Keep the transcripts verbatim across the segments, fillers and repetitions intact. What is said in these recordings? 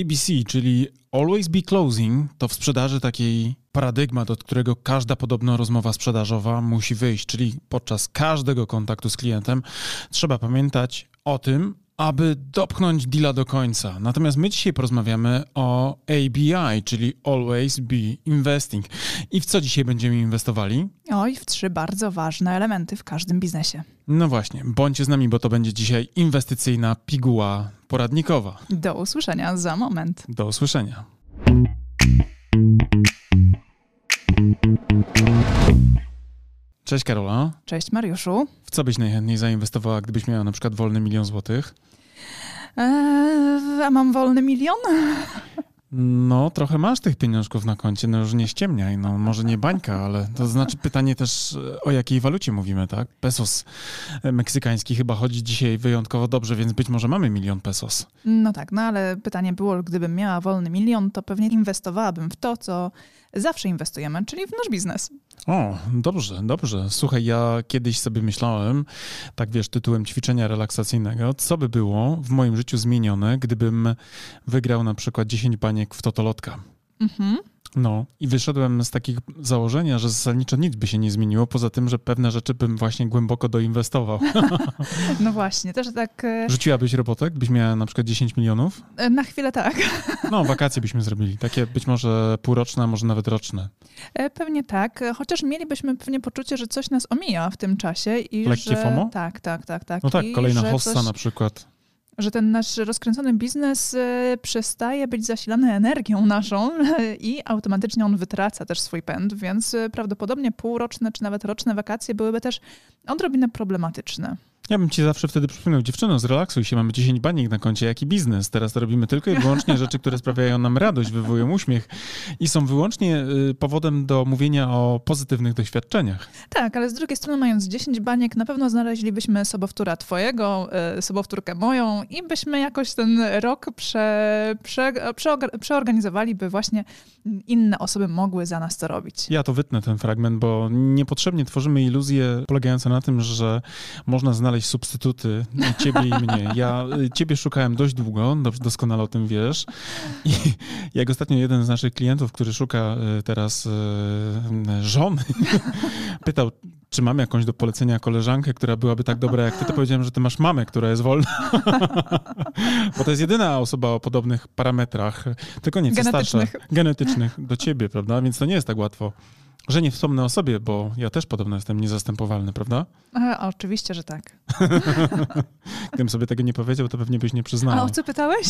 A B C, czyli Always Be Closing, to w sprzedaży takiej paradygmat, od którego każda podobno rozmowa sprzedażowa musi wyjść, czyli podczas każdego kontaktu z klientem trzeba pamiętać o tym, aby dopchnąć deala do końca. Natomiast my dzisiaj porozmawiamy o A B I, czyli Always Be Investing. I w co dzisiaj będziemy inwestowali? Oj, w trzy bardzo ważne elementy w każdym biznesie. No właśnie, bądźcie z nami, bo to będzie dzisiaj inwestycyjna piguła poradnikowa. Do usłyszenia za moment. Do usłyszenia. Cześć Karola. Cześć Mariuszu. W co byś najchętniej zainwestowała, gdybyś miała na przykład wolny milion złotych? Eee, a mam wolny milion? No, trochę masz tych pieniążków na koncie, no już nie ściemniaj, no może nie bańka, ale to znaczy pytanie też o jakiej walucie mówimy, tak? Pesos meksykański chyba chodzi dzisiaj wyjątkowo dobrze, więc być może mamy milion pesos. No tak, no ale pytanie było, gdybym miała wolny milion, to pewnie inwestowałabym w to, co zawsze inwestujemy, czyli w nasz biznes. O, dobrze, dobrze. Słuchaj, ja kiedyś sobie myślałem, tak wiesz, tytułem ćwiczenia relaksacyjnego, co by było w moim życiu zmienione, gdybym wygrał na przykład dziesięć baniek w totolotka. Mhm. No i wyszedłem z takiego założenia, że zasadniczo nic by się nie zmieniło, poza tym, że pewne rzeczy bym właśnie głęboko doinwestował. No właśnie, też tak... Rzuciłabyś robotę, gdybyś miała na przykład dziesięć milionów? Na chwilę tak. No, wakacje byśmy zrobili, takie być może półroczne, a może nawet roczne. Pewnie tak, chociaż mielibyśmy pewnie poczucie, że coś nas omija w tym czasie. I Lekkie że... FOMO? Tak, tak, tak, tak. No tak, I kolejna że hossa coś... na przykład. Że ten nasz rozkręcony biznes y, przestaje być zasilany energią naszą y, i automatycznie on wytraca też swój pęd, więc y, prawdopodobnie półroczne czy nawet roczne wakacje byłyby też odrobinę problematyczne. Ja bym ci zawsze wtedy przypomniał, dziewczyno, zrelaksuj się, mamy dziesięć baniek na koncie, jaki biznes? Teraz to robimy tylko i wyłącznie rzeczy, które sprawiają nam radość, wywołują uśmiech i są wyłącznie y, powodem do mówienia o pozytywnych doświadczeniach. Tak, ale z drugiej strony mając dziesięć baniek, na pewno znaleźlibyśmy sobowtóra twojego, y, sobowtórkę moją i byśmy jakoś ten rok prze, prze, przeorga- przeorganizowali, by właśnie inne osoby mogły za nas to robić. Ja to wytnę ten fragment, bo niepotrzebnie tworzymy iluzje polegające na tym, że można znaleźć substytuty ciebie i mnie. Ja ciebie szukałem dość długo, doskonale o tym wiesz. I jak ostatnio jeden z naszych klientów, który szuka teraz żony, pytał, czy mam jakąś do polecenia koleżankę, która byłaby tak dobra jak ty, to powiedziałem, że ty masz mamę, która jest wolna. Bo to jest jedyna osoba o podobnych parametrach, tylko nieco starsza, genetycznych do ciebie, prawda? Więc to nie jest tak łatwo. Że nie wspomnę o sobie, bo ja też podobno jestem niezastępowalny, prawda? A, oczywiście, że tak. Gdybym sobie tego nie powiedział, to pewnie byś nie przyznał. A o co pytałeś?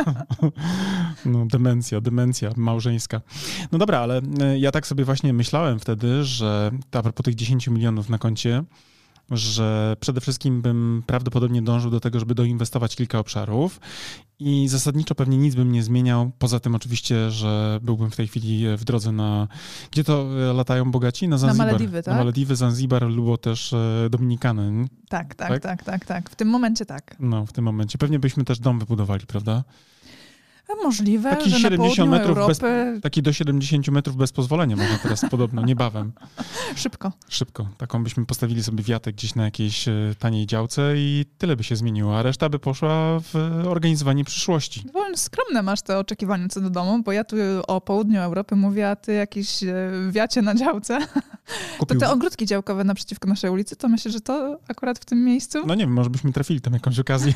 No demencja, demencja małżeńska. No dobra, ale ja tak sobie właśnie myślałem wtedy, że a propos tych dziesięć milionów na koncie, że przede wszystkim bym prawdopodobnie dążył do tego, żeby doinwestować kilka obszarów i zasadniczo pewnie nic bym nie zmieniał, poza tym oczywiście, że byłbym w tej chwili w drodze na... Gdzie to latają bogaci? Na Zanzibar. Na Malediwy, tak? Na Malediwy, Zanzibar lub też Dominikany. Tak, tak, tak, tak, tak, tak. W tym momencie tak. No, w tym momencie. Pewnie byśmy też dom wybudowali, prawda? Możliwe, taki że siedemdziesiąt na metrów Europy... bez, taki do siedemdziesiąt metrów bez pozwolenia można teraz podobno, niebawem. Szybko. Szybko. Taką byśmy postawili sobie wiatek gdzieś na jakiejś taniej działce i tyle by się zmieniło, a reszta by poszła w organizowanie przyszłości. Powiem, skromne masz te oczekiwania co do domu, bo ja tu o południu Europy mówię, a ty jakieś wiacie na działce. Kupił... To te ogródki działkowe naprzeciwko naszej ulicy, to myślę, że to akurat w tym miejscu? No nie wiem, może byśmy trafili tam jakąś okazję.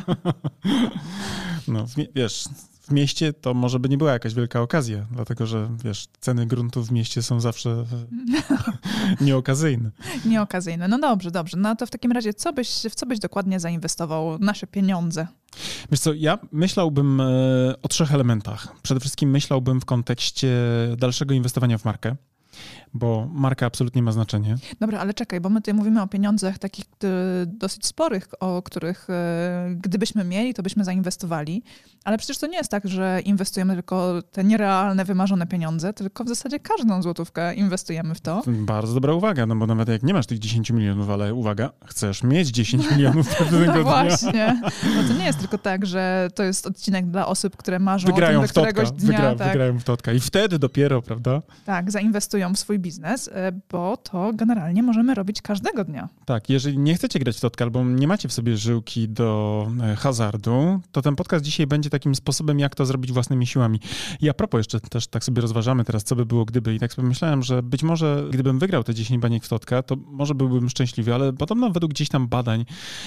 No, wiesz... W mieście to może by nie była jakaś wielka okazja, dlatego że, wiesz, ceny gruntów w mieście są zawsze nieokazyjne. Nieokazyjne. No dobrze, dobrze. No to w takim razie co byś, w co byś dokładnie zainwestował nasze pieniądze? Wiesz co, ja myślałbym o trzech elementach. Przede wszystkim myślałbym w kontekście dalszego inwestowania w markę, bo marka absolutnie ma znaczenie. Dobra, ale czekaj, bo my tutaj mówimy o pieniądzach takich dosyć sporych, o których gdybyśmy mieli, to byśmy zainwestowali. Ale przecież to nie jest tak, że inwestujemy tylko te nierealne, wymarzone pieniądze, tylko w zasadzie każdą złotówkę inwestujemy w to. Bardzo dobra uwaga, no bo nawet jak nie masz tych dziesięć milionów, ale uwaga, chcesz mieć dziesięć milionów pewnego no dnia. Właśnie. No to nie jest tylko tak, że to jest odcinek dla osób, które marzą wygrają o tym, w totka, któregoś dnia. Wygra, tak. Wygrają w totka i wtedy dopiero, prawda? Tak, zainwestują w swój swój biznes, bo to generalnie możemy robić każdego dnia. Tak, jeżeli nie chcecie grać w totkę albo nie macie w sobie żyłki do hazardu, to ten podcast dzisiaj będzie takim sposobem, jak to zrobić własnymi siłami. I a propos jeszcze też tak sobie rozważamy teraz, co by było gdyby i tak sobie myślałem, że być może gdybym wygrał te dziesięć baniek w totkę, to może byłbym szczęśliwy, ale podobno według gdzieś tam badań,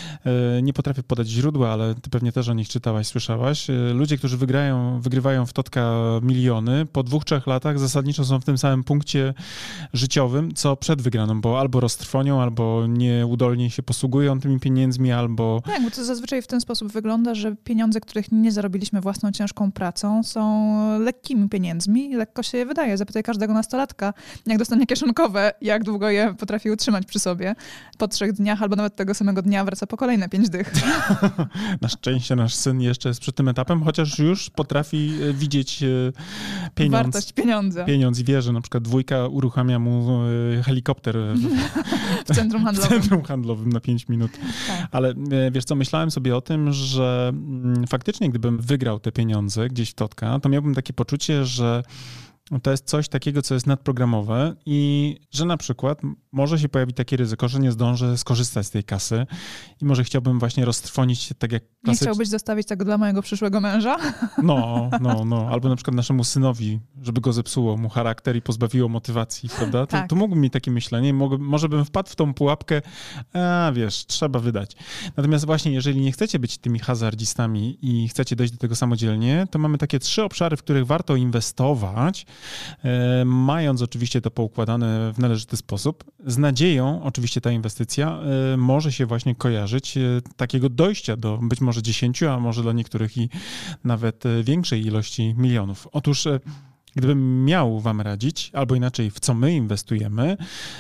nie potrafię podać źródła, ale ty pewnie też o nich czytałaś, słyszałaś, ludzie, którzy wygrają, wygrywają w totka miliony, po dwóch, trzech latach zasadniczo są w tym samym punkcie życiowym, co przed wygraną, bo albo roztrwonią, albo nieudolnie się posługują tymi pieniędzmi, albo... Tak, bo to zazwyczaj w ten sposób wygląda, że pieniądze, których nie zarobiliśmy własną ciężką pracą, są lekkimi pieniędzmi i lekko się je wydaje. Zapytaj każdego nastolatka, jak dostanie kieszonkowe, jak długo je potrafi utrzymać przy sobie. Po trzech dniach albo nawet tego samego dnia wraca po kolejne pięć dych. Na szczęście nasz syn jeszcze jest przed tym etapem, chociaż już potrafi widzieć pieniądz. Wartość pieniądza. Pieniądz i wie, że na przykład dwójka uruchamia mu helikopter w, w centrum handlowym. W centrum handlowym na pięć minut. Tak. Ale wiesz co, myślałem sobie o tym, że faktycznie gdybym wygrał te pieniądze gdzieś w totka, to miałbym takie poczucie, że to jest coś takiego, co jest nadprogramowe i że na przykład może się pojawić takie ryzyko, że nie zdążę skorzystać z tej kasy i może chciałbym właśnie roztrwonić się tak jak klasycz... Nie chciałbyś zostawić tego dla mojego przyszłego męża? No, no, no. Albo na przykład naszemu synowi, żeby go zepsuło mu charakter i pozbawiło motywacji, prawda? To, tak. to mógłbym mieć takie myślenie, mogę, może bym wpadł w tą pułapkę, a wiesz, trzeba wydać. Natomiast właśnie, jeżeli nie chcecie być tymi hazardzistami i chcecie dojść do tego samodzielnie, to mamy takie trzy obszary, w których warto inwestować, e, mając oczywiście to poukładane w należyty sposób. Z nadzieją, oczywiście ta inwestycja e, może się właśnie kojarzyć e, takiego dojścia do być może dziesięciu, a może dla niektórych i nawet większej ilości milionów. Otóż gdybym miał wam radzić, albo inaczej, w co my inwestujemy,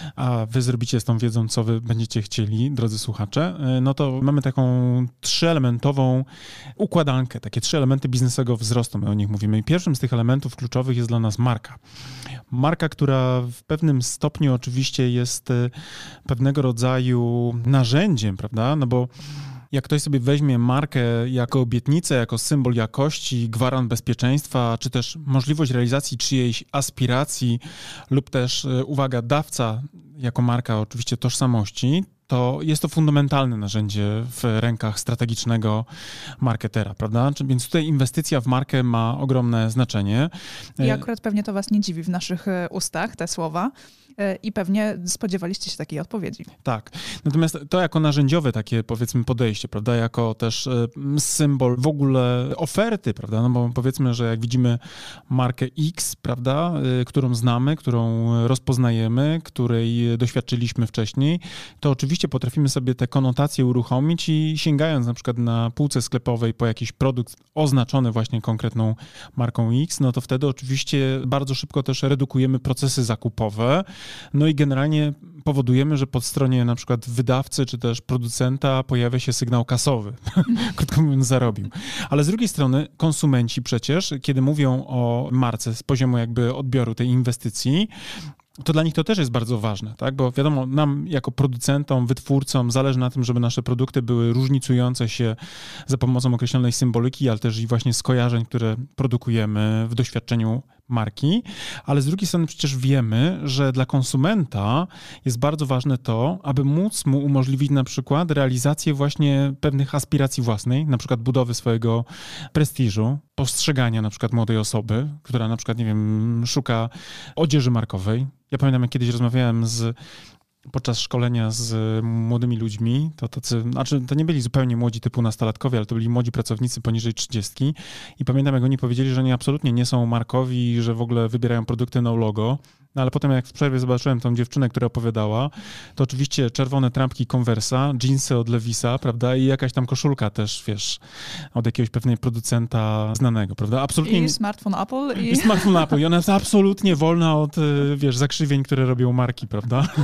a wy zrobicie z tą wiedzą, co wy będziecie chcieli, drodzy słuchacze, no to mamy taką trzyelementową układankę, takie trzy elementy biznesowego wzrostu, my o nich mówimy. I pierwszym z tych elementów kluczowych jest dla nas marka. Marka, która w pewnym stopniu oczywiście jest pewnego rodzaju narzędziem, prawda? No bo jak ktoś sobie weźmie markę jako obietnicę, jako symbol jakości, gwarant bezpieczeństwa, czy też możliwość realizacji czyjejś aspiracji lub też, uwaga, dawca jako marka oczywiście tożsamości, to jest to fundamentalne narzędzie w rękach strategicznego marketera, prawda? Więc tutaj inwestycja w markę ma ogromne znaczenie. I akurat pewnie to was nie dziwi w naszych ustach, te słowa. I pewnie spodziewaliście się takiej odpowiedzi. Tak. Natomiast to jako narzędziowe takie, powiedzmy, podejście, prawda, jako też symbol w ogóle oferty, prawda, no bo powiedzmy, że jak widzimy markę X, prawda, którą znamy, którą rozpoznajemy, której doświadczyliśmy wcześniej, to oczywiście potrafimy sobie te konotacje uruchomić i sięgając na przykład na półce sklepowej po jakiś produkt oznaczony właśnie konkretną marką X, no to wtedy oczywiście bardzo szybko też redukujemy procesy zakupowe. No i generalnie powodujemy, że po stronie na przykład wydawcy czy też producenta pojawia się sygnał kasowy, krótko mówiąc, zarobił. Ale z drugiej strony konsumenci przecież, kiedy mówią o marce z poziomu jakby odbioru tej inwestycji, to dla nich to też jest bardzo ważne, tak? Bo wiadomo, nam jako producentom, wytwórcom zależy na tym, żeby nasze produkty były różnicujące się za pomocą określonej symboliki, ale też i właśnie skojarzeń, które produkujemy w doświadczeniu marki, ale z drugiej strony przecież wiemy, że dla konsumenta jest bardzo ważne to, aby móc mu umożliwić na przykład realizację właśnie pewnych aspiracji własnej, na przykład budowy swojego prestiżu, postrzegania na przykład młodej osoby, która na przykład, nie wiem, szuka odzieży markowej. Ja pamiętam, jak kiedyś rozmawiałem z podczas szkolenia z młodymi ludźmi, to tacy, znaczy to nie byli zupełnie młodzi typu nastolatkowie, ale to byli młodzi pracownicy poniżej trzydziestki i pamiętam, jak oni powiedzieli, że oni absolutnie nie są markowi, że w ogóle wybierają produkty no logo. No ale potem jak w przerwie zobaczyłem tą dziewczynę, która opowiadała, to oczywiście czerwone trampki Conversa, dżinsy od Levisa, prawda, i jakaś tam koszulka też, wiesz, od jakiegoś pewnego producenta znanego, prawda, absolutnie... I smartfon Apple. I, I smartfon Apple i ona jest absolutnie wolna od, wiesz, zakrzywień, które robią marki, prawda? Tak,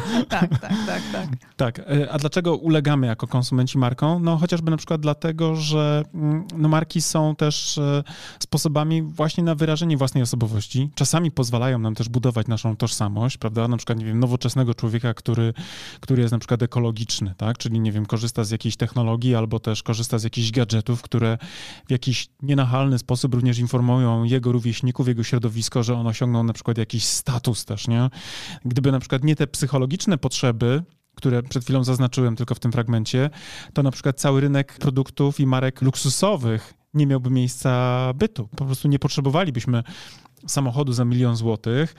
Tak, tak, tak, tak. Tak, a dlaczego ulegamy jako konsumenci markom? No chociażby na przykład dlatego, że no, marki są też sposobami właśnie na wyrażenie własnej osobowości. Czasami pozwalają nam też budować naszą tożsamość, prawda? Na przykład, nie wiem, nowoczesnego człowieka, który, który jest na przykład ekologiczny, tak? Czyli, nie wiem, korzysta z jakiejś technologii albo też korzysta z jakichś gadżetów, które w jakiś nienachalny sposób również informują jego rówieśników, jego środowisko, że on osiągnął na przykład jakiś status też, nie? Gdyby na przykład nie te psychologiczne potrzeby, które przed chwilą zaznaczyłem tylko w tym fragmencie, to na przykład cały rynek produktów i marek luksusowych nie miałby miejsca bytu. Po prostu nie potrzebowalibyśmy samochodu za milion złotych,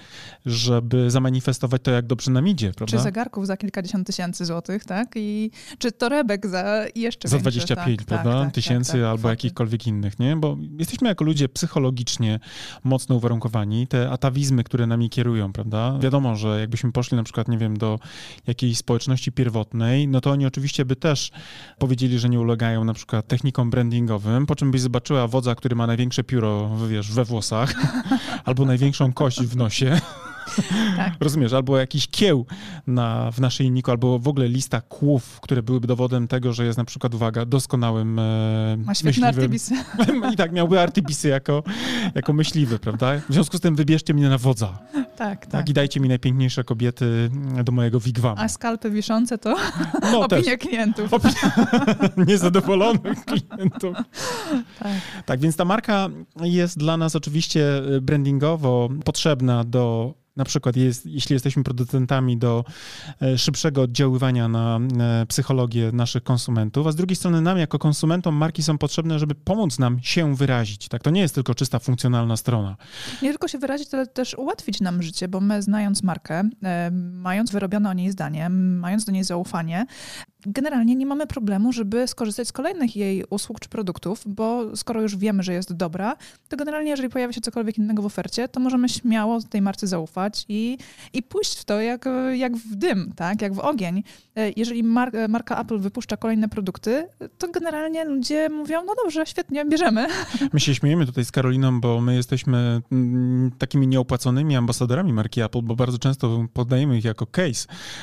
żeby zamanifestować to, jak dobrze nam idzie, prawda? Czy zegarków za kilkadziesiąt tysięcy złotych, tak? I czy torebek za jeszcze Za większe, dwadzieścia pięć, tak, prawda? tak, tak, tysięcy tak, tak, albo fakty. jakichkolwiek innych, nie? Bo jesteśmy jako ludzie psychologicznie mocno uwarunkowani. Te atawizmy, które nami kierują, prawda? Wiadomo, że jakbyśmy poszli na przykład, nie wiem, do jakiejś społeczności pierwotnej, no to oni oczywiście by też powiedzieli, że nie ulegają na przykład technikom brandingowym, po czym byś zobaczyła wodza, który ma największe pióro, wiesz, we włosach, albo największą kość w nosie. Tak. Rozumiesz, albo jakiś kieł na, w naszyjniku, albo w ogóle lista kłów, które byłyby dowodem tego, że jest na przykład, uwaga, doskonałym e, Ma świetne artybisy. I tak, miałby artybisy jako, jako myśliwy, prawda? W związku z tym wybierzcie mnie na wodza. Tak, tak. tak. I dajcie mi najpiękniejsze kobiety do mojego wigwamu. A skalpy wiszące to no, opinie też. klientów. Opi- Niezadowolonych klientów. Tak. Tak, więc ta marka jest dla nas oczywiście brandingowo potrzebna do na przykład jest, jeśli jesteśmy producentami, do szybszego oddziaływania na psychologię naszych konsumentów, a z drugiej strony nam jako konsumentom marki są potrzebne, żeby pomóc nam się wyrazić. Tak, to nie jest tylko czysta funkcjonalna strona. Nie tylko się wyrazić, ale też ułatwić nam życie, bo my znając markę, mając wyrobione o niej zdanie, mając do niej zaufanie, generalnie nie mamy problemu, żeby skorzystać z kolejnych jej usług czy produktów, bo skoro już wiemy, że jest dobra, to generalnie jeżeli pojawia się cokolwiek innego w ofercie, to możemy śmiało tej marce zaufać i, i pójść w to jak, jak w dym, tak? Jak w ogień. Jeżeli mar- marka Apple wypuszcza kolejne produkty, to generalnie ludzie mówią, no dobrze, świetnie, bierzemy. My się śmiejemy tutaj z Karoliną, bo my jesteśmy mm, takimi nieopłaconymi ambasadorami marki Apple, bo bardzo często podajemy ich jako case.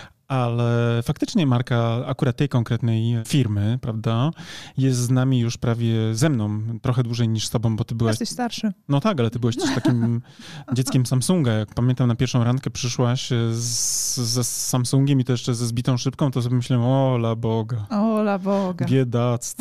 Ale faktycznie marka akurat tej konkretnej firmy, prawda, jest z nami już prawie ze mną trochę dłużej niż z tobą, bo ty byłaś... Jesteś starszy. No tak, ale ty byłeś też takim dzieckiem Samsunga. Jak pamiętam, na pierwszą randkę przyszłaś z, ze Samsungiem i to jeszcze ze zbitą szybką, to sobie myślałem, ola Boga. Ola Boga. Biedactwo.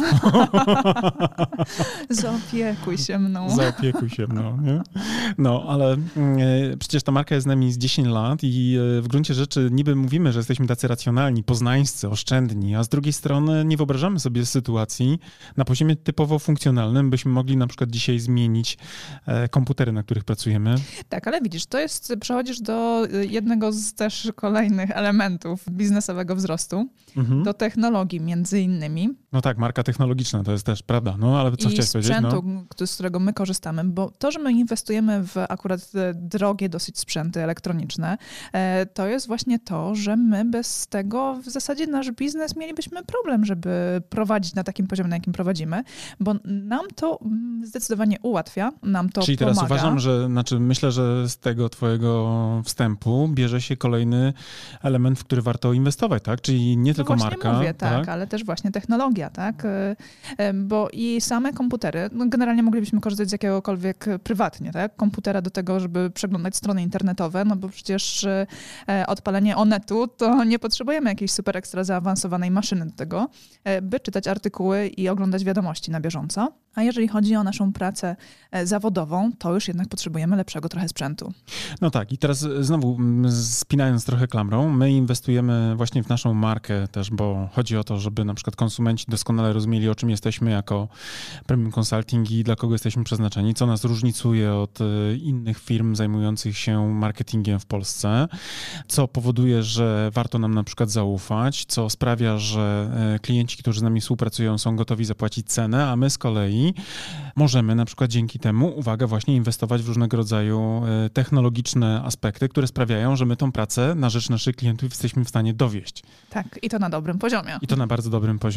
Zaopiekuj się mną. Zaopiekuj się mną, nie? No, ale e, przecież ta marka jest z nami z dziesięć lat i e, w gruncie rzeczy niby mówimy, że jesteśmy tacy racjonalni, poznańscy, oszczędni, a z drugiej strony nie wyobrażamy sobie sytuacji na poziomie typowo funkcjonalnym, byśmy mogli na przykład dzisiaj zmienić e, komputery, na których pracujemy. Tak, ale widzisz, to jest, przechodzisz do jednego z też kolejnych elementów biznesowego wzrostu, mhm. do technologii między innymi. No tak, marka technologiczna to jest też, prawda, no ale co I chciałeś powiedzieć? sprzętu, no? z którego my korzystamy, bo to, że my inwestujemy w akurat drogie dosyć sprzęty elektroniczne, to jest właśnie to, że my bez tego w zasadzie nasz biznes mielibyśmy problem, żeby prowadzić na takim poziomie, na jakim prowadzimy, bo nam to zdecydowanie ułatwia, nam to Czyli pomaga. teraz uważam, że, znaczy myślę, że z tego twojego wstępu bierze się kolejny element, w który warto inwestować, tak? Czyli nie no tylko właśnie marka. Mówię, tak, tak, ale też właśnie technologia, tak? Bo i same komputery, no generalnie moglibyśmy korzystać z jakiegokolwiek prywatnie, tak? Komputera do tego, żeby przeglądać strony internetowe, no bo przecież odpalenie Onetu to nie potrzebujemy jakiejś super ekstra zaawansowanej maszyny do tego, by czytać artykuły i oglądać wiadomości na bieżąco. A jeżeli chodzi o naszą pracę zawodową, to już jednak potrzebujemy lepszego trochę sprzętu. No tak, i teraz znowu spinając trochę klamrą, my inwestujemy właśnie w naszą markę też, bo chodzi o to, żeby na przykład konsumenci doskonale rozumieli, o czym jesteśmy jako Premium Consulting i dla kogo jesteśmy przeznaczeni, co nas różnicuje od innych firm zajmujących się marketingiem w Polsce, co powoduje, że warto nam na przykład zaufać, co sprawia, że klienci, którzy z nami współpracują, są gotowi zapłacić cenę, a my z kolei możemy na przykład dzięki temu, uwaga, właśnie inwestować w różnego rodzaju technologiczne aspekty, które sprawiają, że my tą pracę na rzecz naszych klientów jesteśmy w stanie dowieść. Tak, i to na dobrym poziomie. I to na bardzo dobrym poziomie. Więc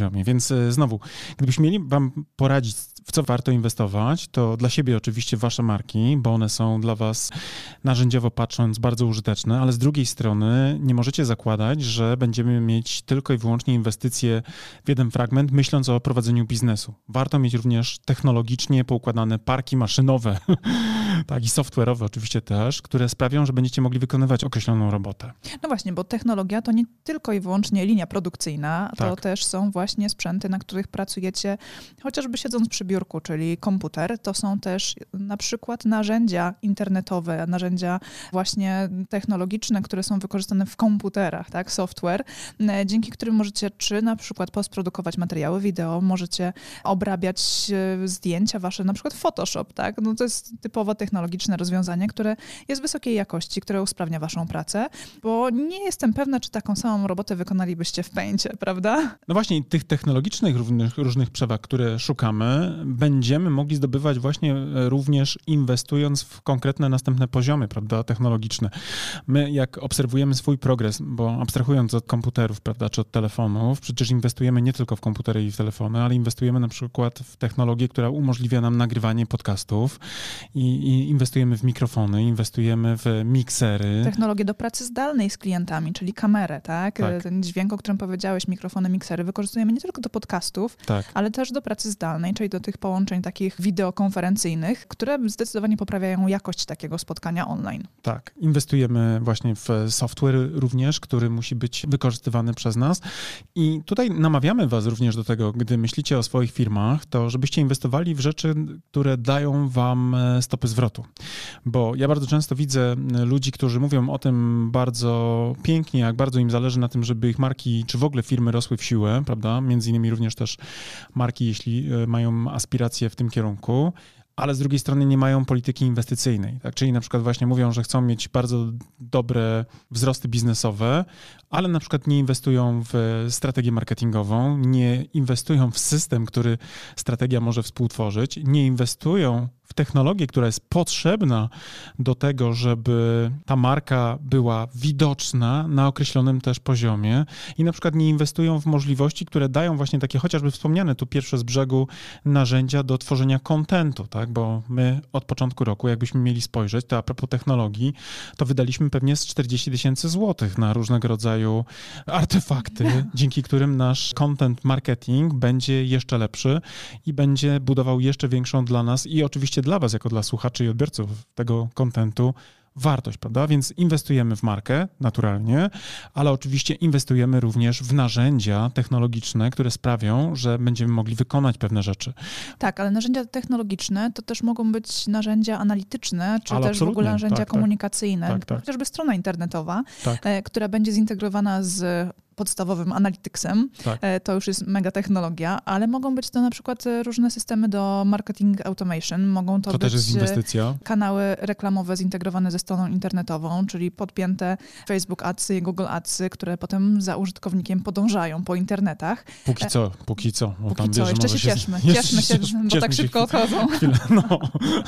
Więc znowu, gdybyśmy mieli wam poradzić, w co warto inwestować, to dla siebie oczywiście wasze marki, bo one są dla was narzędziowo patrząc bardzo użyteczne, ale z drugiej strony nie możecie zakładać, że będziemy mieć tylko i wyłącznie inwestycje w jeden fragment, myśląc o prowadzeniu biznesu. Warto mieć również technologicznie poukładane parki maszynowe, tak i software'owe oczywiście też, które sprawią, że będziecie mogli wykonywać określoną robotę. No właśnie, bo technologia to nie tylko i wyłącznie linia produkcyjna, to Tak. też są właśnie sprzęty, na których pracujecie chociażby siedząc przy biurku, czyli komputer. To są też na przykład narzędzia internetowe, narzędzia właśnie technologiczne, które są wykorzystane w komputerach, tak, software, dzięki którym możecie czy na przykład postprodukować materiały wideo, możecie obrabiać zdjęcia wasze, na przykład Photoshop, tak? No to jest typowo technologiczne rozwiązanie, które jest wysokiej jakości, które usprawnia waszą pracę, bo nie jestem pewna, czy taką samą robotę wykonalibyście w Paincie, prawda? No właśnie, tych technologicznych różnych, różnych przewag, które szukamy, będziemy mogli zdobywać właśnie również inwestując w konkretne następne poziomy, prawda, technologiczne. My jak obserwujemy swój progres, bo abstrahując od komputerów, prawda, czy od telefonów, przecież inwestujemy nie tylko w komputery i w telefony, ale inwestujemy na przykład w technologię, która umożliwia nam nagrywanie podcastów i, i inwestujemy w mikrofony, inwestujemy w miksery. Technologie do pracy zdalnej z klientami, czyli kamerę, tak? Tak. Ten dźwięk, o którym powiedziałeś, mikrofony, miksery, wykorzystujemy nie tylko do podcastów, Tak. ale też do pracy zdalnej, czyli do tych połączeń takich wideokonferencyjnych, które zdecydowanie poprawiają jakość takiego spotkania online. Tak, inwestujemy właśnie w software również, który musi być wykorzystywany przez nas i tutaj namawiamy was również do tego, gdy myślicie o swoich firmach, to żebyście inwestowali w rzeczy, które dają wam stopy zwrotu, bo ja bardzo często widzę ludzi, którzy mówią o tym bardzo pięknie, jak bardzo im zależy na tym, żeby ich marki, czy w ogóle firmy rosły w siłę, prawda, między innymi również też marki, jeśli mają aspiracje w tym kierunku, ale z drugiej strony nie mają polityki inwestycyjnej. Tak? Czyli na przykład właśnie mówią, że chcą mieć bardzo dobre wzrosty biznesowe, ale na przykład nie inwestują w strategię marketingową, nie inwestują w system, który strategia może współtworzyć, nie inwestują w technologię, która jest potrzebna do tego, żeby ta marka była widoczna na określonym też poziomie i na przykład nie inwestują w możliwości, które dają właśnie takie chociażby wspomniane tu pierwsze z brzegu narzędzia do tworzenia kontentu, tak? Bo my od początku roku, jakbyśmy mieli spojrzeć, to a propos technologii, to wydaliśmy pewnie z czterdzieści tysięcy złotych na różnego rodzaju artefakty, dzięki którym nasz content marketing będzie jeszcze lepszy i będzie budował jeszcze większą dla nas i oczywiście dla was, jako dla słuchaczy i odbiorców tego kontentu, wartość, prawda? Więc inwestujemy w markę, naturalnie, ale oczywiście inwestujemy również w narzędzia technologiczne, które sprawią, że będziemy mogli wykonać pewne rzeczy. Tak, ale narzędzia technologiczne to też mogą być narzędzia analityczne, czy Ale też w ogóle absolutnie, narzędzia tak, tak. komunikacyjne, Tak, tak. chociażby strona internetowa, Tak. e, która będzie zintegrowana z podstawowym Analyticsem. Tak. E, To już jest mega technologia, ale mogą być to na przykład e, różne systemy do marketing automation. Mogą to, To być też jest e, inwestycja. kanały reklamowe zintegrowane ze stroną internetową, czyli podpięte Facebook Adsy i Google Adsy, które potem za użytkownikiem podążają po internetach. Póki co, póki co. Bo Póki tam, co, wiesz, jeszcze może się cieszmy. jeszcze Cieszmy się, bo cieszmy tak się szybko chwilę- odchodzą. Chwilę, no.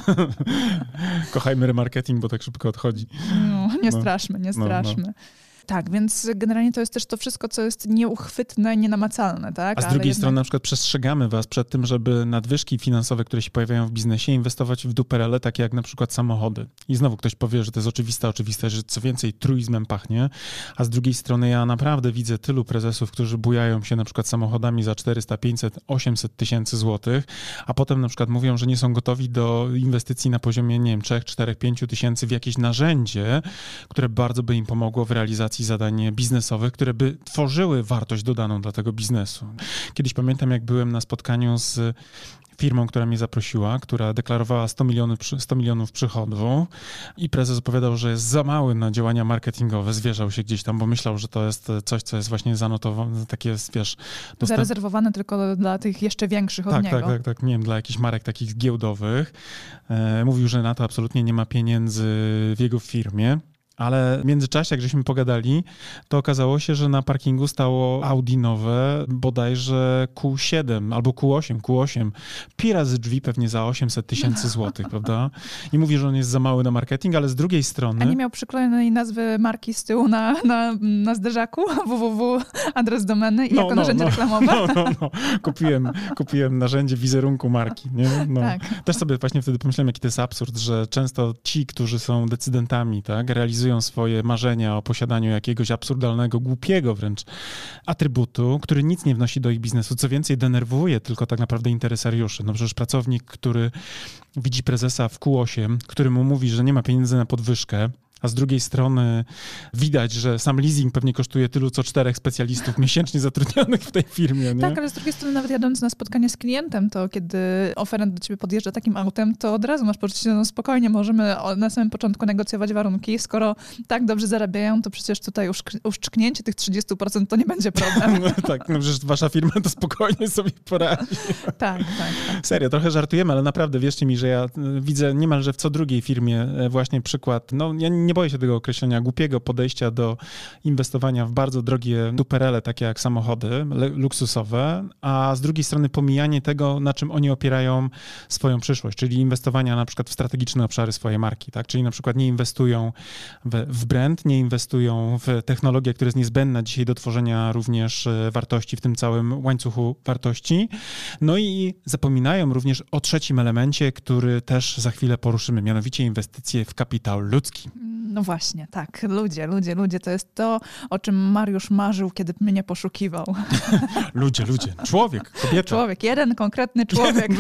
Kochajmy remarketing, bo tak szybko odchodzi. No, nie No. straszmy, nie No, no. straszmy. Tak, więc generalnie to jest też to wszystko, co jest nieuchwytne, nienamacalne, tak? A z Ale drugiej jednak- strony na przykład przestrzegamy was przed tym, żeby nadwyżki finansowe, które się pojawiają w biznesie, inwestować w duperele, takie jak na przykład samochody. I znowu ktoś powie, że to jest oczywista oczywistość, że co więcej truizmem pachnie, a z drugiej strony ja naprawdę widzę tylu prezesów, którzy bujają się na przykład samochodami za czterysta, pięćset, osiemset tysięcy złotych, a potem na przykład mówią, że nie są gotowi do inwestycji na poziomie, nie wiem, trzy, cztery, pięć tysięcy w jakieś narzędzie, które bardzo by im pomogło w realizacji zadań biznesowych, które by tworzyły wartość dodaną dla tego biznesu. Kiedyś pamiętam, jak byłem na spotkaniu z firmą, która mnie zaprosiła, która deklarowała sto milionów, przy- sto milionów przychodów i prezes opowiadał, że jest za mały na działania marketingowe, zwierzał się gdzieś tam, bo myślał, że to jest coś, co jest właśnie zanotowane, takie jest, wiesz... dostęp- Zarezerwowane tylko dla tych jeszcze większych od tak, niego. tak, tak, tak, nie wiem, dla jakichś marek takich giełdowych. E, mówił, że na to absolutnie nie ma pieniędzy w jego firmie. Ale w międzyczasie, jak żeśmy pogadali, to okazało się, że na parkingu stało Audi nowe, bodajże Q siedem albo Q osiem, Q osiem. Pi razy drzwi pewnie za osiemset tysięcy złotych, prawda? I mówi, że on jest za mały na marketing, ale z drugiej strony... A nie miał przyklejonej nazwy marki z tyłu na, na, na zderzaku? www, adres domeny i no, jako no, narzędzie no, reklamowe? No, no, no. Kupiłem, kupiłem narzędzie wizerunku marki. Nie? No. Tak. Też sobie właśnie wtedy pomyślałem, jaki to jest absurd, że często ci, którzy są decydentami, tak, realizują swoje marzenia o posiadaniu jakiegoś absurdalnego, głupiego wręcz atrybutu, który nic nie wnosi do ich biznesu. Co więcej, denerwuje tylko tak naprawdę interesariuszy. No przecież pracownik, który widzi prezesa w Q osiem, który mu mówi, że nie ma pieniędzy na podwyżkę, a z drugiej strony widać, że sam leasing pewnie kosztuje tylu, co czterech specjalistów miesięcznie zatrudnionych w tej firmie. Nie? Tak, ale z drugiej strony nawet jadąc na spotkanie z klientem, to kiedy oferent do ciebie podjeżdża takim autem, to od razu masz poczucie, no spokojnie, możemy na samym początku negocjować warunki. Skoro tak dobrze zarabiają, to przecież tutaj uszczknięcie tych trzydzieści procent to nie będzie problem. No, tak, no przecież wasza firma to spokojnie sobie poradzi. tak, tak, tak. Serio, trochę żartujemy, ale naprawdę wierzcie mi, że ja widzę niemalże w co drugiej firmie właśnie przykład, no ja nie boję się tego określenia, głupiego podejścia do inwestowania w bardzo drogie duperele, takie jak samochody luksusowe, a z drugiej strony pomijanie tego, na czym oni opierają swoją przyszłość, czyli inwestowania na przykład w strategiczne obszary swojej marki, tak? Czyli na przykład nie inwestują w, w brand, nie inwestują w technologię, która jest niezbędna dzisiaj do tworzenia również wartości w tym całym łańcuchu wartości. No i zapominają również o trzecim elemencie, który też za chwilę poruszymy, mianowicie inwestycje w kapitał ludzki. No właśnie, tak. Ludzie, ludzie, ludzie. To jest to, o czym Mariusz marzył, kiedy mnie poszukiwał. Ludzie, ludzie. Człowiek, kobieta. Człowiek, jeden konkretny człowiek.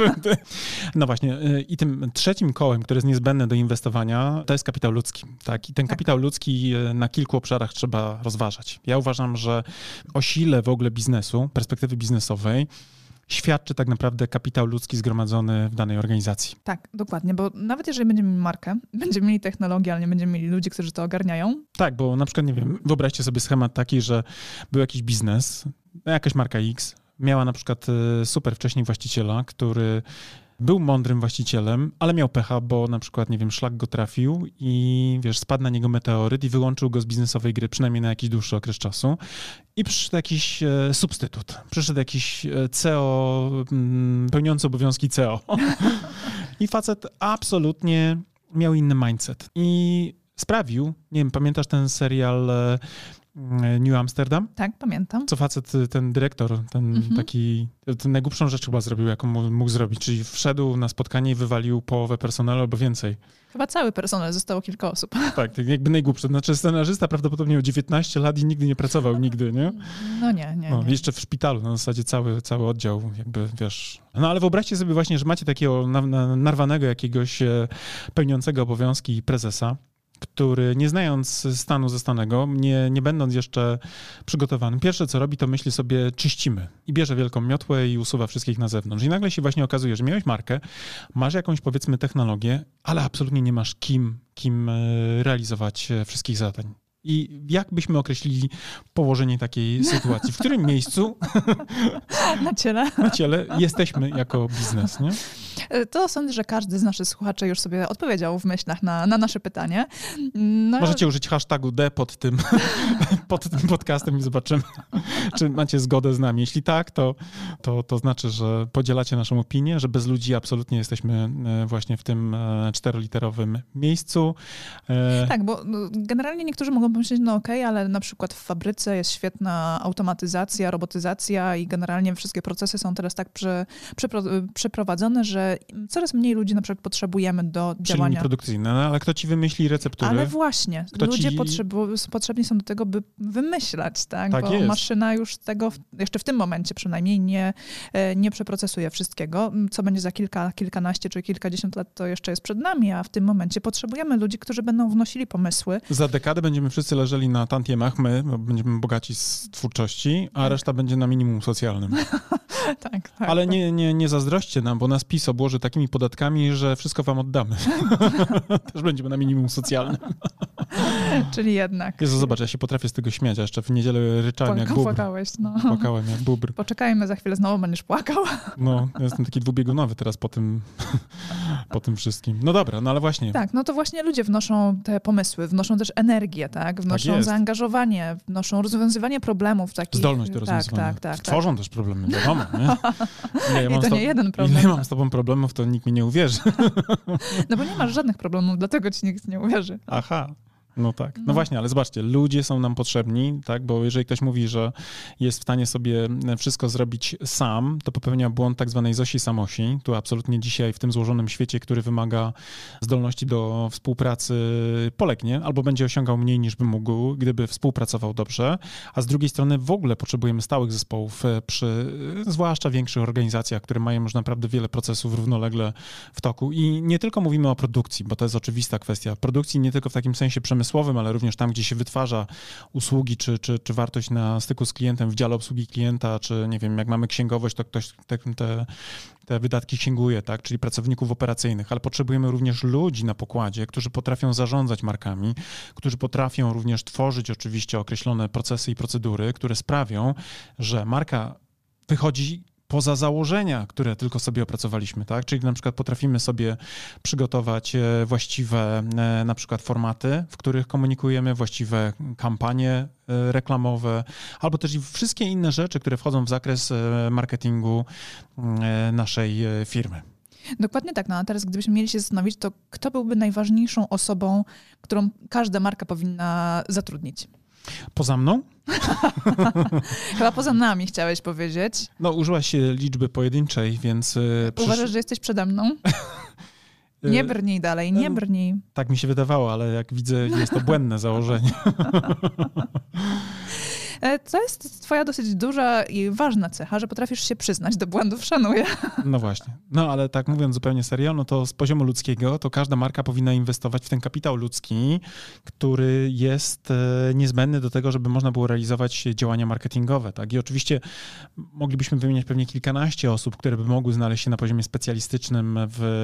No właśnie. I tym trzecim kołem, które jest niezbędne do inwestowania, to jest kapitał ludzki. Tak? I ten tak. kapitał ludzki na kilku obszarach trzeba rozważać. Ja uważam, że o sile w ogóle biznesu, perspektywy biznesowej, świadczy tak naprawdę kapitał ludzki zgromadzony w danej organizacji. Tak, dokładnie, bo nawet jeżeli będziemy mieli markę, będziemy mieli technologię, ale nie będziemy mieli ludzi, którzy to ogarniają. Tak, bo na przykład, nie wiem, wyobraźcie sobie schemat taki, że był jakiś biznes, jakaś marka X, miała na przykład super wcześniej właściciela, który był mądrym właścicielem, ale miał pecha, bo na przykład, nie wiem, szlak go trafił i wiesz, spadł na niego meteoryt i wyłączył go z biznesowej gry, przynajmniej na jakiś dłuższy okres czasu. I przyszedł jakiś e, substytut. Przyszedł jakiś C E O, m, pełniący obowiązki C E O. I facet absolutnie miał inny mindset. I sprawił, nie wiem, pamiętasz ten serial e, New Amsterdam? Tak, pamiętam. Co facet, ten dyrektor, ten mhm. taki, ten najgłupszą rzecz chyba zrobił, jaką mógł zrobić, czyli wszedł na spotkanie i wywalił połowę personelu albo więcej. Chyba cały personel, zostało kilka osób. Tak, jakby najgłupsze. Znaczy scenarzysta prawdopodobnie miał dziewiętnaście lat i nigdy nie pracował, nigdy, nie? No nie, nie, no, nie. Jeszcze w szpitalu, na zasadzie cały, cały oddział, jakby, wiesz... No ale wyobraźcie sobie właśnie, że macie takiego na, na, narwanego jakiegoś pełniącego obowiązki prezesa, który nie znając stanu zastanego, nie, nie będąc jeszcze przygotowanym, pierwsze co robi, to myśli sobie czyścimy i bierze wielką miotłę i usuwa wszystkich na zewnątrz. I nagle się właśnie okazuje, że miałeś markę, masz jakąś powiedzmy technologię, ale absolutnie nie masz kim, kim realizować wszystkich zadań. I jak byśmy określili położenie takiej sytuacji? W którym miejscu na ciele, na ciele jesteśmy jako biznes, nie? To sądzę, że każdy z naszych słuchaczy już sobie odpowiedział w myślach na, na nasze pytanie. No... Możecie użyć hashtagu D pod tym, pod tym podcastem i zobaczymy, czy macie zgodę z nami. Jeśli tak, to, to, to znaczy, że podzielacie naszą opinię, że bez ludzi absolutnie jesteśmy właśnie w tym czteroliterowym miejscu. Tak, bo generalnie niektórzy mogą pomyśleć, no okej, okay, ale na przykład w fabryce jest świetna automatyzacja, robotyzacja i generalnie wszystkie procesy są teraz tak prze, przepro, przeprowadzone, że coraz mniej ludzi na przykład potrzebujemy do Czyli działania. Czyli produkcyjne, no, ale kto ci wymyśli receptury? Ale właśnie, kto ludzie ci... potrzebu, potrzebni są do tego, by wymyślać, tak? tak Bo jest. maszyna już tego, jeszcze w tym momencie przynajmniej nie, nie przeprocesuje wszystkiego. Co będzie za kilka, kilkanaście czy kilkadziesiąt lat, to jeszcze jest przed nami, a w tym momencie potrzebujemy ludzi, którzy będą wnosili pomysły. Za dekadę będziemy wszyscy leżeli na tantiemach, my będziemy bogaci z twórczości, a tak. reszta będzie na minimum socjalnym. tak, tak. Ale nie, nie, nie zazdrośćcie nam, bo nas PiS obłoży takimi podatkami, że wszystko wam oddamy. Też będziemy na minimum socjalnym. Czyli jednak. Jezu, zobacz, ja się potrafię z tego śmiać, a jeszcze w niedzielę ryczałem jak bóbr. Płakałeś, no. Płakałem jak bóbr. Poczekajmy, za chwilę znowu będziesz płakał. No, ja jestem taki dwubiegunowy teraz po tym, po tym wszystkim. No dobra, no ale właśnie. Tak, no to właśnie ludzie wnoszą te pomysły, wnoszą też energię, tak? Wnoszą tak zaangażowanie, wnoszą rozwiązywanie problemów takich. Zdolność do rozwiązywania. Tak, tak, tak. Tworzą tak. też problemy, wiadomo, nie? Ile ja I to to, nie jeden problem. Ile mam z tobą problemów, to nikt mi nie uwierzy. No bo nie masz żadnych problemów, dlatego ci nikt nie uwierzy. Aha. No tak. No, No. właśnie, ale zobaczcie, ludzie są nam potrzebni, tak? Bo jeżeli ktoś mówi, że jest w stanie sobie wszystko zrobić sam, to popełnia błąd tak zwanej Zosi Samosi. Tu absolutnie dzisiaj w tym złożonym świecie, który wymaga zdolności do współpracy, polegnie albo będzie osiągał mniej niż by mógł, gdyby współpracował dobrze. A z drugiej strony w ogóle potrzebujemy stałych zespołów przy zwłaszcza większych organizacjach, które mają już naprawdę wiele procesów równolegle w toku. I nie tylko mówimy o produkcji, bo to jest oczywista kwestia. Produkcji nie tylko w takim sensie przemysłowym, ale również tam, gdzie się wytwarza usługi, czy, czy, czy wartość na styku z klientem, w dziale obsługi klienta, czy nie wiem, jak mamy księgowość, to ktoś te, te, te wydatki księguje, tak, czyli pracowników operacyjnych, ale potrzebujemy również ludzi na pokładzie, którzy potrafią zarządzać markami, którzy potrafią również tworzyć oczywiście określone procesy i procedury, które sprawią, że marka wychodzi poza założenia, które tylko sobie opracowaliśmy, tak? Czyli na przykład potrafimy sobie przygotować właściwe na przykład formaty, w których komunikujemy, właściwe kampanie reklamowe, albo też i wszystkie inne rzeczy, które wchodzą w zakres marketingu naszej firmy. Dokładnie tak. No a teraz gdybyśmy mieli się zastanowić, to kto byłby najważniejszą osobą, którą każda marka powinna zatrudnić? Poza mną? Chyba poza nami chciałeś powiedzieć. No, użyłaś liczby pojedynczej, więc... Uważasz, przysz... że jesteś przede mną? Nie brnij dalej, nie brnij. Tak mi się wydawało, ale jak widzę, jest to błędne założenie. To jest twoja dosyć duża i ważna cecha, że potrafisz się przyznać do błędów, szanuję. No właśnie. No ale tak mówiąc zupełnie serio, no to z poziomu ludzkiego, to każda marka powinna inwestować w ten kapitał ludzki, który jest niezbędny do tego, żeby można było realizować działania marketingowe, tak? I oczywiście moglibyśmy wymieniać pewnie kilkanaście osób, które by mogły znaleźć się na poziomie specjalistycznym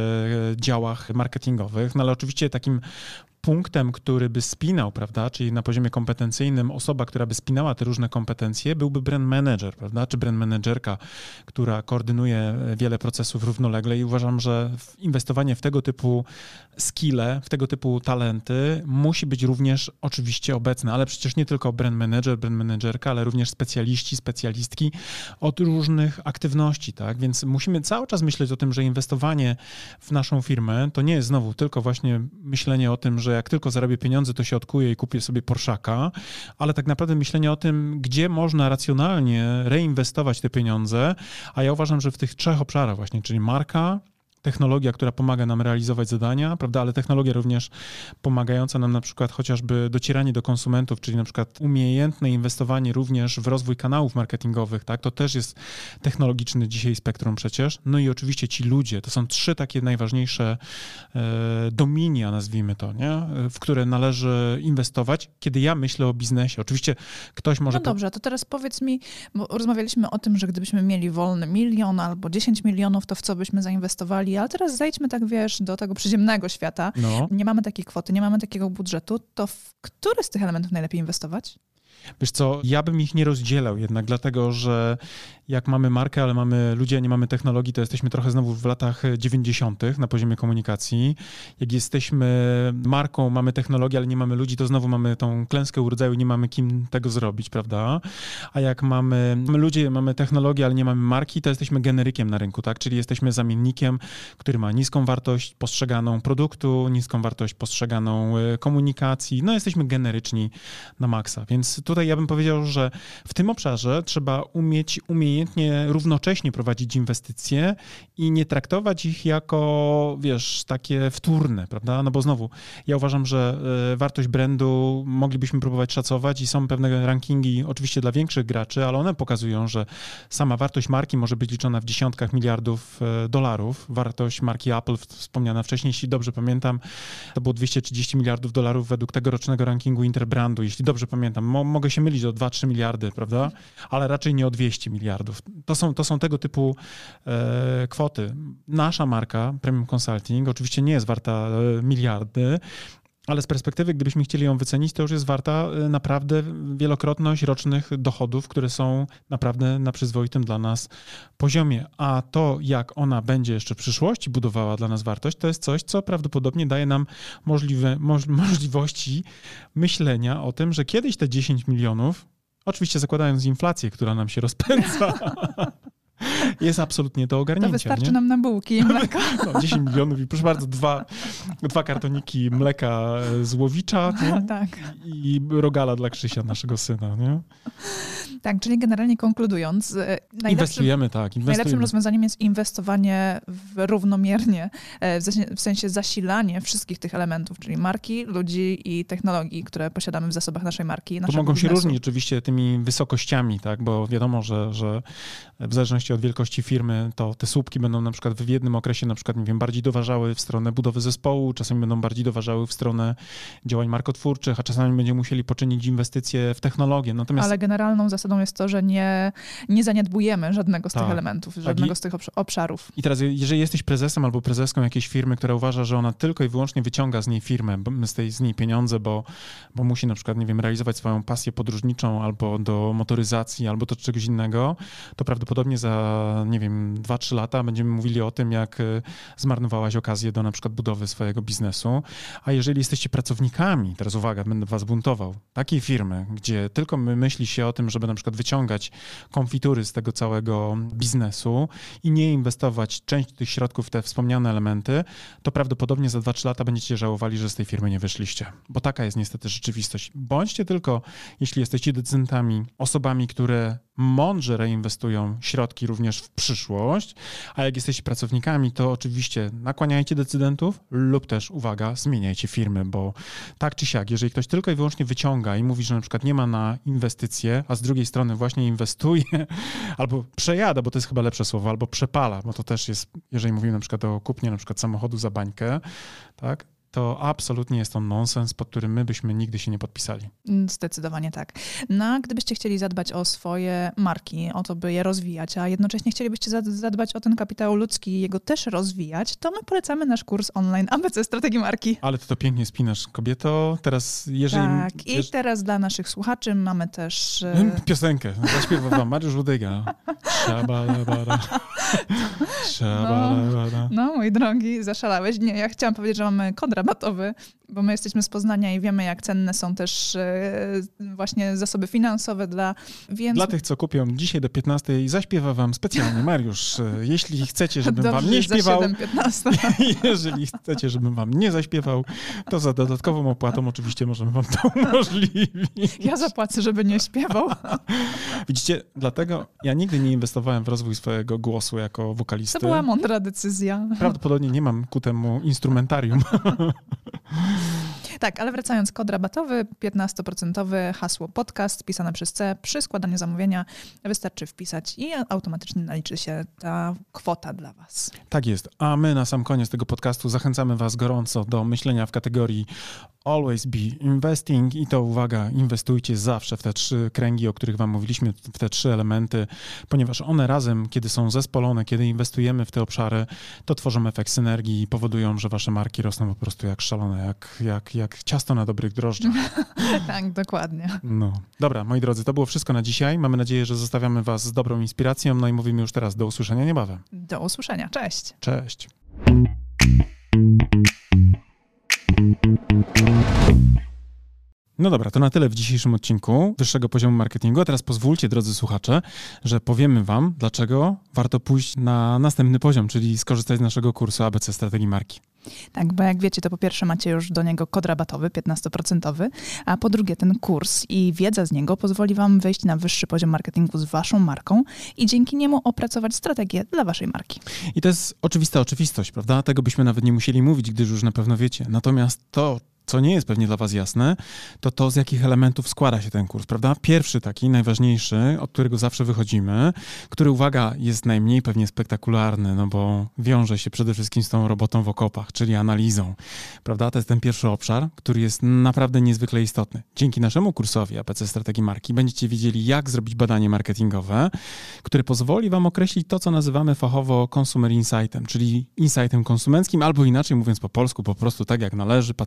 w działach marketingowych, no ale oczywiście takim punktem, który by spinał, prawda, czyli na poziomie kompetencyjnym osoba, która by spinała te różne kompetencje, byłby brand manager, prawda, czy brand managerka, która koordynuje wiele procesów równolegle i uważam, że inwestowanie w tego typu skille, w tego typu talenty musi być również oczywiście obecne, ale przecież nie tylko brand manager, brand managerka, ale również specjaliści, specjalistki od różnych aktywności, tak, więc musimy cały czas myśleć o tym, że inwestowanie w naszą firmę to nie jest znowu tylko właśnie myślenie o tym, że jak tylko zarobię pieniądze, to się odkuję i kupię sobie Porszaka, ale tak naprawdę myślenie o tym, gdzie można racjonalnie reinwestować te pieniądze, a ja uważam, że w tych trzech obszarach właśnie, czyli marka, technologia, która pomaga nam realizować zadania, prawda, ale technologia również pomagająca nam na przykład chociażby docieranie do konsumentów, czyli na przykład umiejętne inwestowanie również w rozwój kanałów marketingowych, tak, to też jest technologiczny dzisiaj spektrum przecież. No i oczywiście ci ludzie, to są trzy takie najważniejsze e, dominia, nazwijmy to, nie, w które należy inwestować, kiedy ja myślę o biznesie. Oczywiście ktoś może... No dobrze, to teraz powiedz mi, bo rozmawialiśmy o tym, że gdybyśmy mieli wolny milion albo dziesięć milionów, to w co byśmy zainwestowali, ale teraz zejdźmy tak, wiesz, do tego przyziemnego świata. No. Nie mamy takiej kwoty, nie mamy takiego budżetu, to w który z tych elementów najlepiej inwestować? Wiesz co, ja bym ich nie rozdzielał jednak, dlatego że jak mamy markę, ale mamy ludzi, a nie mamy technologii, to jesteśmy trochę znowu w latach dziewięćdziesiątych na poziomie komunikacji. Jak jesteśmy marką, mamy technologię, ale nie mamy ludzi, to znowu mamy tą klęskę urodzaju, nie mamy kim tego zrobić, prawda? A jak mamy, mamy ludzi, mamy technologię, ale nie mamy marki, to jesteśmy generykiem na rynku, tak? Czyli jesteśmy zamiennikiem, który ma niską wartość postrzeganą produktu, niską wartość postrzeganą komunikacji. No jesteśmy generyczni na maksa, więc tutaj ja bym powiedział, że w tym obszarze trzeba umieć umiejętnie równocześnie prowadzić inwestycje i nie traktować ich jako, wiesz, takie wtórne, prawda? No bo znowu, ja uważam, że wartość brandu moglibyśmy próbować szacować i są pewne rankingi oczywiście dla większych graczy, ale one pokazują, że sama wartość marki może być liczona w dziesiątkach miliardów dolarów. Wartość marki Apple, wspomniana wcześniej, jeśli dobrze pamiętam, to było dwieście trzydzieści miliardów dolarów według tegorocznego rankingu Interbrandu, jeśli dobrze pamiętam. Mo- mogę się mylić o dwa trzy miliardy, prawda? Ale raczej nie o dwieście miliardów. To są, to są tego typu e, kwoty. Nasza marka, Premium Consulting, oczywiście nie jest warta e, miliardy, ale z perspektywy, gdybyśmy chcieli ją wycenić, to już jest warta naprawdę wielokrotność rocznych dochodów, które są naprawdę na przyzwoitym dla nas poziomie. A to, jak ona będzie jeszcze w przyszłości budowała dla nas wartość, to jest coś, co prawdopodobnie daje nam możliwe, moż, możliwości myślenia o tym, że kiedyś te dziesięć milionów, oczywiście zakładając inflację, która nam się rozpędza, jest absolutnie do ogarnięcia. To wystarczy nie? nam na bułki i mleko. No, dziesięć milionów i proszę bardzo, dwa, dwa kartoniki mleka z Łowicza, nie? Tak. I rogala dla Krzysia, naszego syna. Nie? Tak, czyli generalnie konkludując, najlepszym, inwestujemy, tak. Inwestujemy. Najlepszym rozwiązaniem jest inwestowanie w równomiernie, w sensie, w sensie zasilanie wszystkich tych elementów, czyli marki, ludzi i technologii, które posiadamy w zasobach naszej marki. To mogą biznesu. się różnić oczywiście tymi wysokościami, tak, bo wiadomo, że, że w zależności od wielkości firmy, to te słupki będą na przykład w jednym okresie na przykład, nie wiem, bardziej doważały w stronę budowy zespołu, czasami będą bardziej doważały w stronę działań markotwórczych, a czasami będziemy musieli poczynić inwestycje w technologię. Natomiast... Ale generalną zasadą jest to, że nie, nie zaniedbujemy żadnego z tak, tych elementów, żadnego tak. z tych obszarów. I teraz, jeżeli jesteś prezesem albo prezeską jakiejś firmy, która uważa, że ona tylko i wyłącznie wyciąga z niej firmę, z, tej, z niej pieniądze, bo, bo musi na przykład, nie wiem, realizować swoją pasję podróżniczą albo do motoryzacji, albo do czegoś innego, to prawdopodobnie za, nie wiem, dwa trzy lata będziemy mówili o tym, jak zmarnowałaś okazję do na przykład budowy swojego biznesu. A jeżeli jesteście pracownikami, teraz uwaga, będę was buntował, takiej firmy, gdzie tylko my myśli się o tym, żeby na przykład wyciągać konfitury z tego całego biznesu i nie inwestować część tych środków w te wspomniane elementy, to prawdopodobnie za dwa trzy lata będziecie żałowali, że z tej firmy nie wyszliście. Bo taka jest niestety rzeczywistość. Bądźcie tylko, jeśli jesteście decydentami, osobami, które mądrze reinwestują środki również w przyszłość, a jak jesteście pracownikami, to oczywiście nakłaniajcie decydentów lub też, uwaga, zmieniajcie firmy, bo tak czy siak, jeżeli ktoś tylko i wyłącznie wyciąga i mówi, że na przykład nie ma na inwestycje, a z drugiej strony właśnie inwestuje, albo przejada, bo to jest chyba lepsze słowo, albo przepala, bo to też jest, jeżeli mówimy na przykład o kupnie na przykład samochodu za bańkę, tak, to absolutnie jest to nonsens, pod którym my byśmy nigdy się nie podpisali. Zdecydowanie tak. No a gdybyście chcieli zadbać o swoje marki, o to, by je rozwijać, a jednocześnie chcielibyście zadbać o ten kapitał ludzki i jego też rozwijać, to my polecamy nasz kurs online A B C Strategii Marki. Ale ty to pięknie spinasz, kobieto. Teraz, jeżeli... Tak, i teraz dla naszych słuchaczy mamy też... Piosenkę. Zaśpiewa wam Mariusz Łudyga. Szabalabara. Szabalabara. No, no, mój drogi, zaszalałeś. Nie, ja chciałam powiedzieć, że mamy kod rabatowy, bo my jesteśmy z Poznania i wiemy, jak cenne są też właśnie zasoby finansowe dla... Więc... Dla tych, co kupią dzisiaj do piętnastej, zaśpiewa wam specjalnie Mariusz. Jeśli chcecie, żebym Dobrze, wam nie śpiewał, za siedem piętnaście. Jeżeli chcecie, żebym wam nie zaśpiewał, to za dodatkową opłatą oczywiście możemy wam to umożliwić. Ja zapłacę, żeby nie śpiewał. Widzicie, dlatego ja nigdy nie inwestowałem w rozwój swojego głosu jako wokalisty. To była mądra decyzja. Prawdopodobnie nie mam ku temu instrumentarium. Tak, ale wracając, kod rabatowy piętnaście procent, hasło podcast pisane przez C. Przy składaniu zamówienia wystarczy wpisać i automatycznie naliczy się ta kwota dla was. Tak jest. A my na sam koniec tego podcastu zachęcamy was gorąco do myślenia w kategorii always be investing i to uwaga, inwestujcie zawsze w te trzy kręgi, o których wam mówiliśmy, w te trzy elementy, ponieważ one razem, kiedy są zespolone, kiedy inwestujemy w te obszary, to tworzą efekt synergii i powodują, że wasze marki rosną po prostu jak szalone, jak, jak, jak ciasto na dobrych drożdżach. Tak, dokładnie. No. Dobra, moi drodzy, to było wszystko na dzisiaj. Mamy nadzieję, że zostawiamy was z dobrą inspiracją, no i mówimy już teraz do usłyszenia niebawem. Do usłyszenia. Cześć. Cześć. No dobra, to na tyle w dzisiejszym odcinku wyższego poziomu marketingu. A teraz pozwólcie, drodzy słuchacze, że powiemy wam, dlaczego warto pójść na następny poziom, czyli skorzystać z naszego kursu A B C Strategii Marki. Tak, bo jak wiecie, to po pierwsze macie już do niego kod rabatowy piętnaście procent, a po drugie ten kurs i wiedza z niego pozwoli wam wejść na wyższy poziom marketingu z waszą marką i dzięki niemu opracować strategię dla waszej marki. I to jest oczywista oczywistość, prawda? Tego byśmy nawet nie musieli mówić, gdyż już na pewno wiecie. Natomiast to, co nie jest pewnie dla was jasne, to to, z jakich elementów składa się ten kurs, prawda? Pierwszy taki, najważniejszy, od którego zawsze wychodzimy, który, uwaga, jest najmniej pewnie spektakularny, no bo wiąże się przede wszystkim z tą robotą w okopach, czyli analizą, prawda? To jest ten pierwszy obszar, który jest naprawdę niezwykle istotny. Dzięki naszemu kursowi A B C Strategii Marki będziecie wiedzieli, jak zrobić badanie marketingowe, które pozwoli wam określić to, co nazywamy fachowo consumer insightem, czyli insightem konsumenckim, albo inaczej mówiąc po polsku, po prostu tak jak należy, patriotycznie,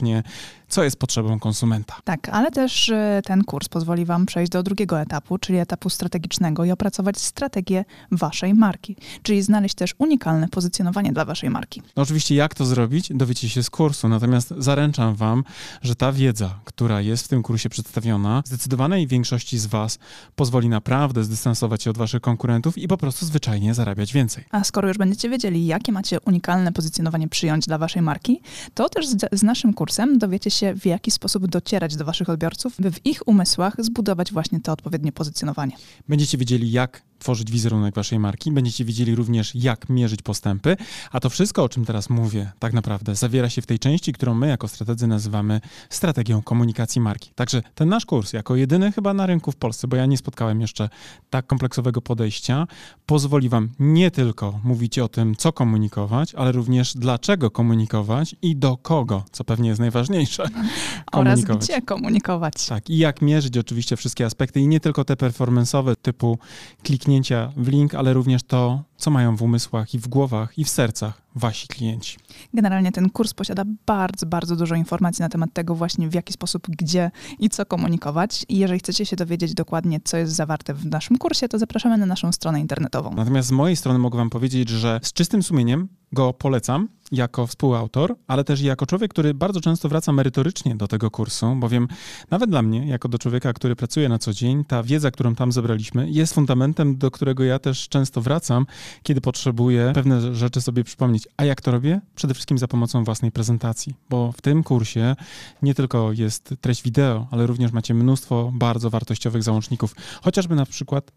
faktycznie, co jest potrzebą konsumenta. Tak, ale też y, ten kurs pozwoli wam przejść do drugiego etapu, czyli etapu strategicznego i opracować strategię waszej marki, czyli znaleźć też unikalne pozycjonowanie dla waszej marki. No oczywiście jak to zrobić, dowiecie się z kursu, natomiast zaręczam wam, że ta wiedza, która jest w tym kursie przedstawiona, zdecydowanej większości z was pozwoli naprawdę zdystansować się od waszych konkurentów i po prostu zwyczajnie zarabiać więcej. A skoro już będziecie wiedzieli, jakie macie unikalne pozycjonowanie przyjąć dla waszej marki, to też z, z naszym kursem dowiecie się, w jaki sposób docierać do waszych odbiorców, by w ich umysłach zbudować właśnie to odpowiednie pozycjonowanie. Będziecie wiedzieli, jak tworzyć wizerunek waszej marki, będziecie wiedzieli również, jak mierzyć postępy, a to wszystko, o czym teraz mówię, tak naprawdę zawiera się w tej części, którą my jako strategzy nazywamy strategią komunikacji marki. Także ten nasz kurs, jako jedyny chyba na rynku w Polsce, bo ja nie spotkałem jeszcze tak kompleksowego podejścia, pozwoli wam nie tylko mówić o tym, co komunikować, ale również dlaczego komunikować i do kogo, co pewnie jest najważniejsze, oraz gdzie komunikować. Tak, i jak mierzyć oczywiście wszystkie aspekty i nie tylko te performance'owe typu kliknięcia w link, ale również to, co mają w umysłach i w głowach i w sercach wasi klienci. Generalnie ten kurs posiada bardzo, bardzo dużo informacji na temat tego właśnie, w jaki sposób, gdzie i co komunikować. I jeżeli chcecie się dowiedzieć dokładnie, co jest zawarte w naszym kursie, to zapraszamy na naszą stronę internetową. Natomiast z mojej strony mogę wam powiedzieć, że z czystym sumieniem go polecam jako współautor, ale też jako człowiek, który bardzo często wraca merytorycznie do tego kursu, bowiem nawet dla mnie, jako do człowieka, który pracuje na co dzień, ta wiedza, którą tam zebraliśmy, jest fundamentem, do którego ja też często wracam, kiedy potrzebuję pewne rzeczy sobie przypomnieć. A jak to robię? Przede wszystkim za pomocą własnej prezentacji, bo w tym kursie nie tylko jest treść wideo, ale również macie mnóstwo bardzo wartościowych załączników, chociażby na przykład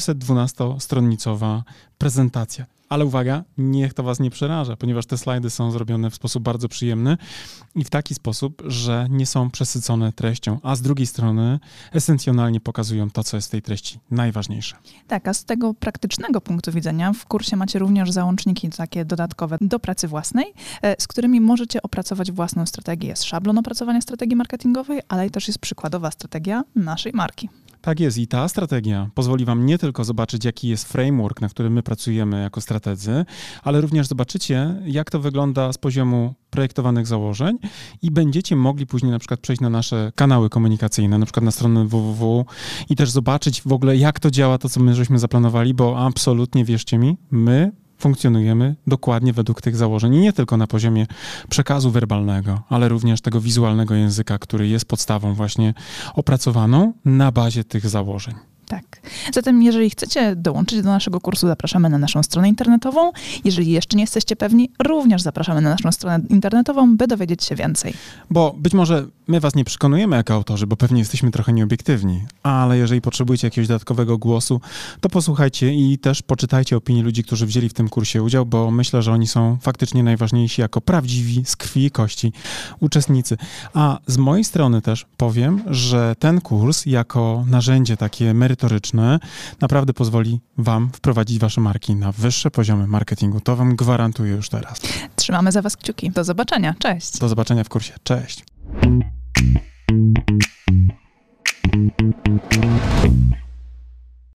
pięćsetdwunastostronicowa prezentacja. Ale uwaga, niech to was nie przeraża, ponieważ te slajdy są zrobione w sposób bardzo przyjemny i w taki sposób, że nie są przesycone treścią, a z drugiej strony esencjonalnie pokazują to, co jest w tej treści najważniejsze. Tak, a z tego praktycznego punktu widzenia w kursie macie również załączniki takie dodatkowe do pracy własnej, z którymi możecie opracować własną strategię. Jest szablon opracowania strategii marketingowej, ale też jest przykładowa strategia naszej marki. Tak jest i ta strategia pozwoli wam nie tylko zobaczyć, jaki jest framework, na którym my pracujemy jako strategzy, ale również zobaczycie, jak to wygląda z poziomu projektowanych założeń i będziecie mogli później na przykład przejść na nasze kanały komunikacyjne, na przykład na stronę www i też zobaczyć w ogóle, jak to działa, to co my żeśmy zaplanowali, bo absolutnie, wierzcie mi, my funkcjonujemy dokładnie według tych założeń i nie tylko na poziomie przekazu werbalnego, ale również tego wizualnego języka, który jest podstawą właśnie opracowaną na bazie tych założeń. Tak. Zatem jeżeli chcecie dołączyć do naszego kursu, zapraszamy na naszą stronę internetową. Jeżeli jeszcze nie jesteście pewni, również zapraszamy na naszą stronę internetową, by dowiedzieć się więcej. Bo być może my was nie przekonujemy jako autorzy, bo pewnie jesteśmy trochę nieobiektywni, ale jeżeli potrzebujecie jakiegoś dodatkowego głosu, to posłuchajcie i też poczytajcie opinie ludzi, którzy wzięli w tym kursie udział, bo myślę, że oni są faktycznie najważniejsi jako prawdziwi, z krwi i kości uczestnicy. A z mojej strony też powiem, że ten kurs jako narzędzie takie merytoryczne naprawdę pozwoli wam wprowadzić wasze marki na wyższe poziomy marketingu. To wam gwarantuję już teraz. Trzymamy za was kciuki. Do zobaczenia. Cześć. Do zobaczenia w kursie. Cześć.